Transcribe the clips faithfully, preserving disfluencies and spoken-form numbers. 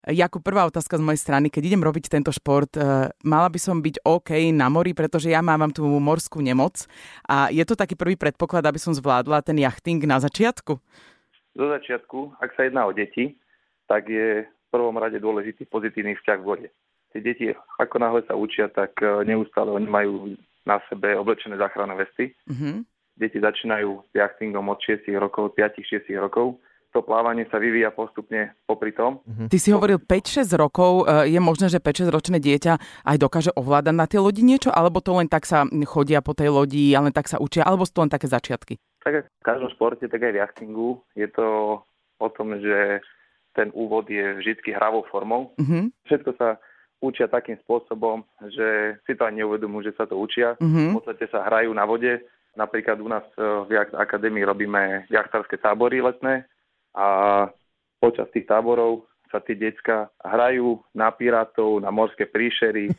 Jako prvá otázka z mojej strany, keď idem robiť tento šport, mala by som byť OK na mori, pretože ja mám tú morskú nemoc a je to taký prvý predpoklad, aby som zvládla ten jachting na začiatku? Do začiatku, ak sa jedná o deti, tak je v prvom rade dôležitý pozitívny vzťah v vode. Tie deti, ako náhle sa učia, tak neustále oni majú na sebe oblečené záchranné vesty. Mm-hmm. Deti začínajú s jachtingom od šiestich rokov, päť šesť rokov. To plávanie sa vyvíja postupne popri tom. Ty si hovoril päť šesť rokov. Je možné, že päť šesť ročné dieťa aj dokáže ovládať na tej lodi niečo? Alebo to len tak sa chodia po tej lodi a len tak sa učia? Alebo sú to len také začiatky? Tak v každom športe, tak aj v jachtingu je to o tom, že ten úvod je vždy hravou formou. Mm-hmm. Všetko sa učia takým spôsobom, že si to ani neuvedomujú, že sa to učia. Mm-hmm. V podstate sa hrajú na vode. Napríklad u nás v akadémii robíme jachtárske tábory letné. A počas tých táborov sa tí decká hrajú na pirátov, na morské príšery,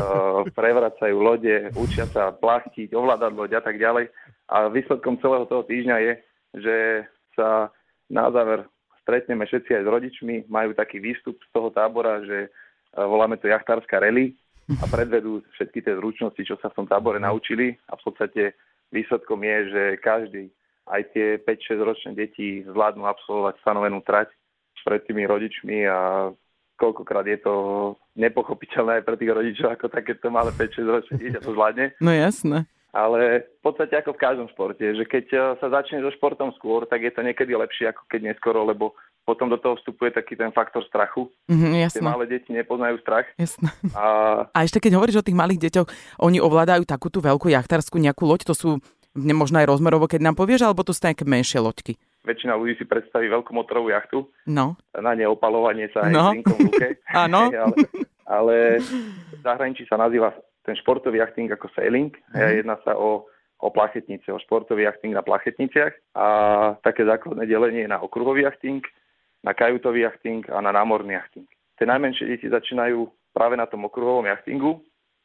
prevracajú lode, učia sa plachtiť, ovládať loď a tak ďalej. A výsledkom celého toho týždňa je, že sa na záver stretneme všetci aj s rodičmi, majú taký výstup z toho tábora, že voláme to jachtárska rally a predvedú všetky tie zručnosti, čo sa v tom tábore naučili. A v podstate výsledkom je, že každý, aj tie päť šesť ročné deti zvládnu absolvovať stanovenú trať pred tými rodičmi a koľkokrát je to nepochopiteľné aj pre tých rodičov, ako takéto malé päť šesť ročné dieťa to zvládne. No jasné. Ale v podstate ako v každom športe, že keď sa začne so športom skôr, tak je to niekedy lepšie ako keď neskoro, lebo potom do toho vstupuje taký ten faktor strachu. Mm, jasné. Tie malé deti nepoznajú strach. Jasné. A... a ešte keď hovoríš o tých malých deťoch, oni ovládajú takú tú veľkú jachtárskú nejakú loď, to sú možno aj rozmerovo, keď nám povieš, alebo to sú nejaké menšie loďky? Väčšina ľudí si predstaví veľkú motorovú jachtu. No. Na ne opalovanie sa aj no. s drinkom v ruke. Áno. ale, ale v zahraničí sa nazýva ten športový jachting ako sailing. Mm. Jedná sa o, o plachetnice, o športový jachting na plachetniciach. A také základné delenie je na okruhový jachting, na kajutový jachting a na námorný jachting. Tie najmenšie deti začínajú práve na tom okruhovom jachtingu,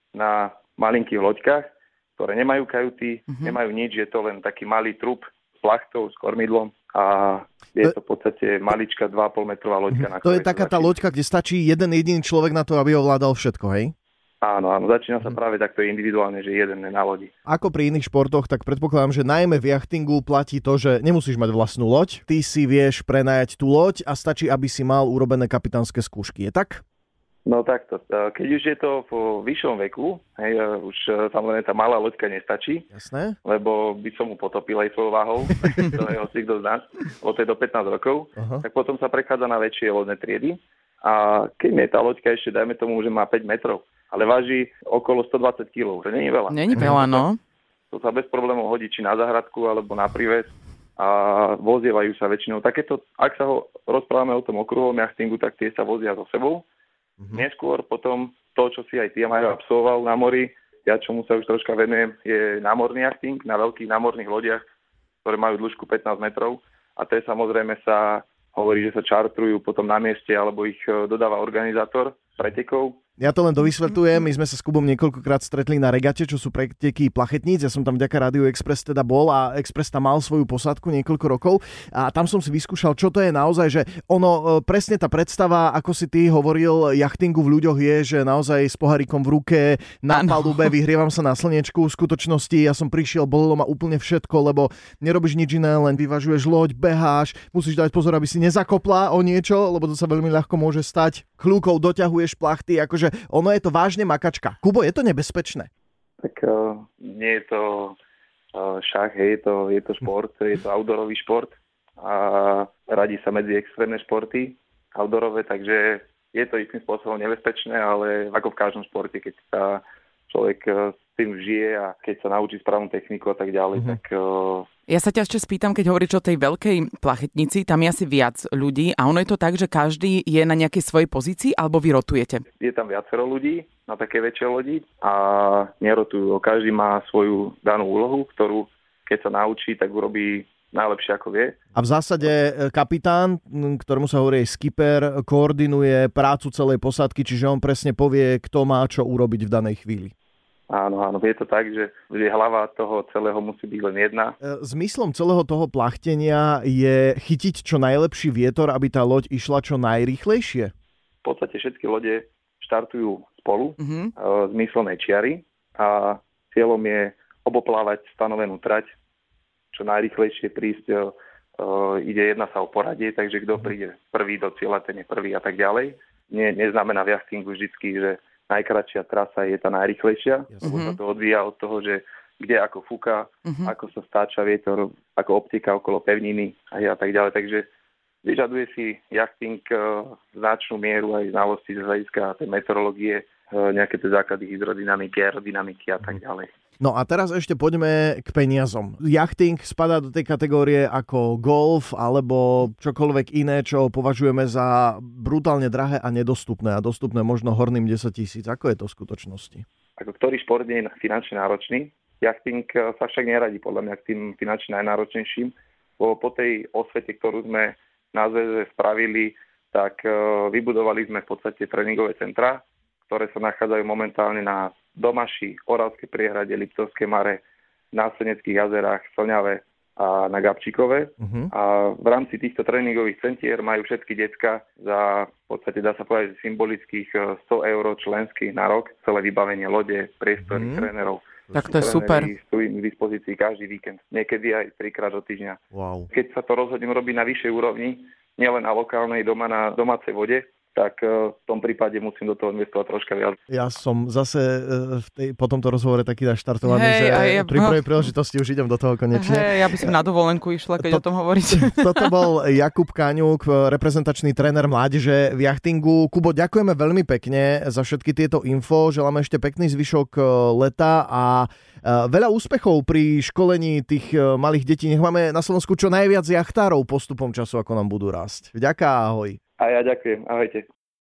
na malinkých loďkách, ktoré nemajú kajuty, mm-hmm. nemajú nič, je to len taký malý trup s plachtou, s kormidlom a je to v podstate maličká dva a pol metrová loďka. Mm-hmm. To je taká tá loďka, kde stačí jeden jediný človek na to, aby ovládal všetko, hej? Áno, áno, začína sa mm-hmm. práve takto individuálne, že jeden je na lodi. Ako pri iných športoch, tak predpokladám, že najmä v jachtingu platí to, že nemusíš mať vlastnú loď, ty si vieš prenajať tú loď a stačí, aby si mal urobené kapitánske skúšky, je tak? No takto, keď už je to v vyššom veku, hej, už samozrejme tá malá loďka nestačí, jasné, lebo by som mu potopil aj svojou váhou, to je hoci kto z nás, od tej do pätnásť rokov, uh-huh. tak potom sa prechádza na väčšie lodné triedy a keď je tá loďka ešte, dajme tomu, že má päť metrov, ale váži okolo stodvadsať kilogramov, že nie je veľa. Nie je veľa, no. To sa bez problémov hodí či na záhradku, alebo na príves a vozievajú sa väčšinou. Takéto, ak sa ho rozprávame o tom okruhovom jachtingu, tak tie sa vozia so sebou. Mm-hmm. Neskôr potom to, čo si aj ty Majo absolvoval na mori, ja čomu sa už troška venujem, je námorný jachting na veľkých námorných lodiach, ktoré majú dĺžku pätnásť metrov a to je samozrejme sa hovorí, že sa čartrujú potom na mieste alebo ich dodáva organizátor pretekov. Ja to len dovysvetľujem, my sme sa s Kubom niekoľkokrát stretli na regate, čo sú preteky plachetníc, ja som tam vďaka Rádiu Express teda bol a Express tam mal svoju posádku niekoľko rokov a tam som si vyskúšal, čo to je naozaj, že ono, presne tá predstava, ako si ty hovoril, jachtingu v ľuďoch je, že naozaj s pohárikom v ruke, na palube, vyhrievam sa na slnečku, v skutočnosti ja som prišiel, bolelo ma úplne všetko, lebo nerobíš nič iné, len vyvažuješ loď, beháš, musíš dať pozor, aby si nezakopla o niečo, lebo to sa veľmi ľahko môže stať, kľúkou doťahuješ plachty, akože ono je to vážne makačka. Kubo, je to nebezpečné? Tak uh, nie je to uh, šach, je to, je to šport, je to outdoorový šport a radí sa medzi extrémne športy outdoorové, takže je to istým spôsobom nebezpečné, ale ako v každom športe, keď sa človek uh, s tým žije a keď sa naučí správnu techniku a tak ďalej, mm-hmm. tak... Uh, Ja sa ťa ešte spýtam, keď hovoríš o tej veľkej plachetnici, tam je asi viac ľudí a ono je to tak, že každý je na nejakej svojej pozícii alebo vy rotujete? Je tam viacero ľudí na také väčšej lodi a nerotujú. Každý má svoju danú úlohu, ktorú keď sa naučí, tak urobí najlepšie ako vie. A v zásade kapitán, ktorému sa hovorí skipper, koordinuje prácu celej posádky, čiže on presne povie, kto má čo urobiť v danej chvíli. Áno, áno, je to tak, že hlava toho celého musí byť len jedna. Zmyslom celého toho plachtenia je chytiť čo najlepší vietor, aby tá loď išla čo najrýchlejšie? podstate všetky lode štartujú spolu mm-hmm. z myslenej čiary a cieľom je oboplávať stanovenú trať, čo najrýchlejšie prísť. Uh, ide jedna sa o poradie, takže kto príde prvý do cieľa, ten je prvý a tak ďalej. Nie, neznamená v jachtingu vždycky, že najkratšia trasa je tá najrýchlejšia, lebo sa to odvíja od toho, že kde ako fúka, uh-huh. ako sa stáča vietor, ako obteka okolo pevniny a tak ďalej. Takže vyžaduje si jachting uh, značnú mieru aj znalosti z hľadiska tej meteorológie, uh, nejaké tie základy hydrodynamiky, aerodynamiky a tak ďalej. No a teraz ešte poďme k peniazom. Jachting spadá do tej kategórie ako golf alebo čokoľvek iné, čo považujeme za brutálne drahé a nedostupné a dostupné možno horným desaťtisíc. Ako je to v skutočnosti? Ako ktorý šport je finančne náročný? Jachting sa však neradí podľa mňa k tým finančne najnáročnejším. Po, po tej osvete, ktorú sme na zväze spravili, tak vybudovali sme v podstate tréningové centrá, ktoré sa nachádzajú momentálne na Domaši, Oravskej priehrade, Liptovskej Mare, na Seneckých jazerách, Slňave a na Gabčíkove. Uh-huh. A v rámci týchto tréningových centier majú všetky decka za, v podstate dá sa povedať, symbolických sto eur členských na rok, celé vybavenie lode, priestory, uh-huh. trénerov. Tak to je super. Sú im k dispozícii každý víkend, niekedy aj trikrát do týždňa. Wow. Keď sa to rozhodnem robiť na vyššej úrovni, nielen na lokálnej, doma na domácej vode, tak v tom prípade musím do toho investovať troška viac. Ja som zase v tej, po tomto rozhovore taký naštartovaný, hey, že ja, pri prvej príležitosti už idem do toho konečne. Hey, ja by som na dovolenku išla, keď to, o tom hovoríte. Toto bol Jakub Kaňuk, reprezentačný tréner mládeže v jachtingu. Kubo, ďakujeme veľmi pekne za všetky tieto info. Želáme ešte pekný zvyšok leta a veľa úspechov pri školení tých malých detí. Nech máme na Slovensku čo najviac jachtárov postupom času, ako nám budú rásť. Vďaka, ahoj. A ja ďakujem. Ahojte.